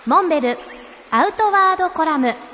モンベルアウトワードコラム。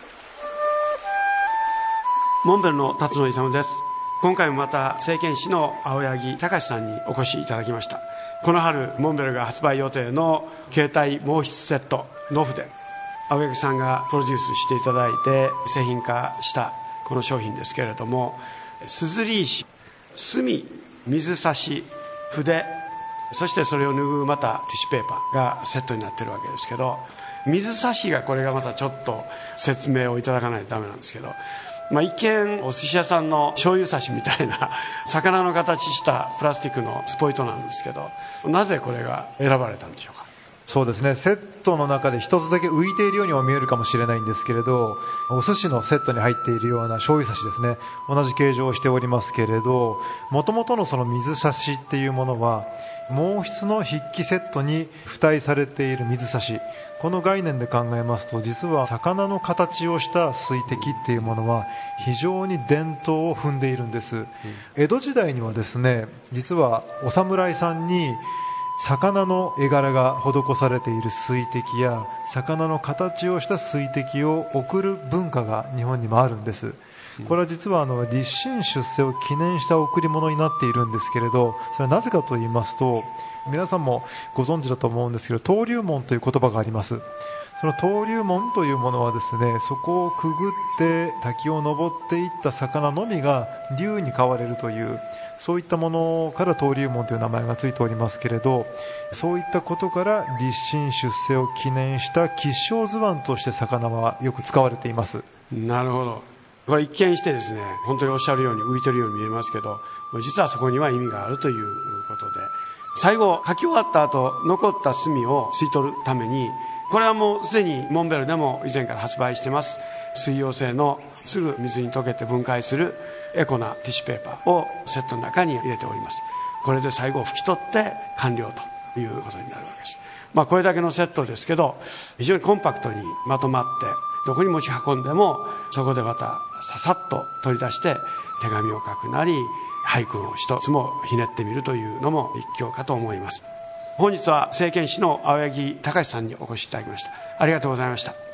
モンベルの辰野勇です。今回もまた政見士の青柳隆さんにお越しいただきました。この春モンベルが発売予定の携帯毛筆セットノフで青柳さんがプロデュースしていただいて製品化したこの商品ですけれども、すずり石、墨、水差し、筆、そしてそれを拭うまたティッシュペーパーがセットになっているわけですけど、水差しがこれがまたちょっと説明をいただかないとダメなんですけど、一見お寿司屋さんの醤油差しみたいな魚の形したプラスチックのスポイトなんですけど、なぜこれが選ばれたんでしょうか。 そうですね、セットの中で一つだけ浮いているようにも見えるかもしれないんですけれど、お寿司のセットに入っているような醤油差しですね、同じ形状をしておりますけれど、元々のその水差しっていうものは毛筆の筆記セットに付帯されている水差し、この概念で考えますと、実は魚の形をした水滴っていうものは非常に伝統を踏んでいるんです。江戸時代にはですね、実はお侍さんに魚の絵柄が施されている水滴や魚の形をした水滴を贈る文化が日本にもあるんです。これは実は立身出世を記念した贈り物になっているんですけれど、それはなぜかと言いますと、皆さんもご存知だと思うんですけど、登竜門という言葉があります。その登竜門というものはですね、そこをくぐって滝を登っていった魚のみが竜に変われるという、そういったものから登竜門という名前がついておりますけれど、そういったことから立身出世を記念した吉祥図案として魚はよく使われています。 なるほど。これ一見してですね、本当におっしゃるように浮いてるように見えますけど、実はそこには意味があるということで、最後書き終わった後残った墨を吸い取るために、これはもうすでにモンベルでも以前から発売してます、水溶性のすぐ水に溶けて分解するエコなティッシュペーパーをセットの中に入れております。これで最後拭き取って完了ということになるわけです。これだけのセットですけど、非常にコンパクトにまとまって、どこに持ち運んでもそこでまたささっと取り出して手紙を書くなり、俳句の一つもひねってみるというのも一興かと思います。本日は政見士の青柳隆さんにお越しいただきました。ありがとうございました。